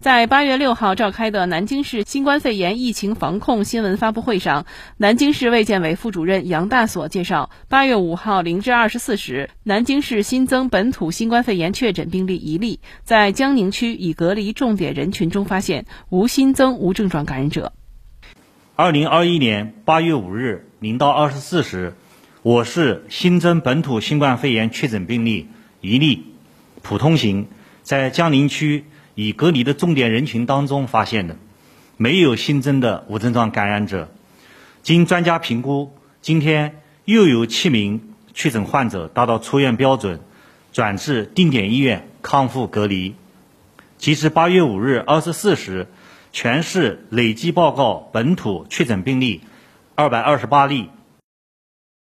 在8月6号召开的南京市新冠肺炎疫情防控新闻发布会上，南京市卫健委副主任杨大所介绍，8月5号0至24时，南京市新增本土新冠肺炎确诊病例1例，在江宁区已隔离重点人群中发现，无新增无症状感染者。 2021年8月5日0到24时，我市新增本土新冠肺炎确诊病例1例，普通型，在江宁区已隔离的重点人群当中发现的，没有新增的无症状感染者。经专家评估，今天又有7名确诊患者达到出院标准，转至定点医院康复隔离。截至8月5日24时，全市累计报告本土确诊病例228例，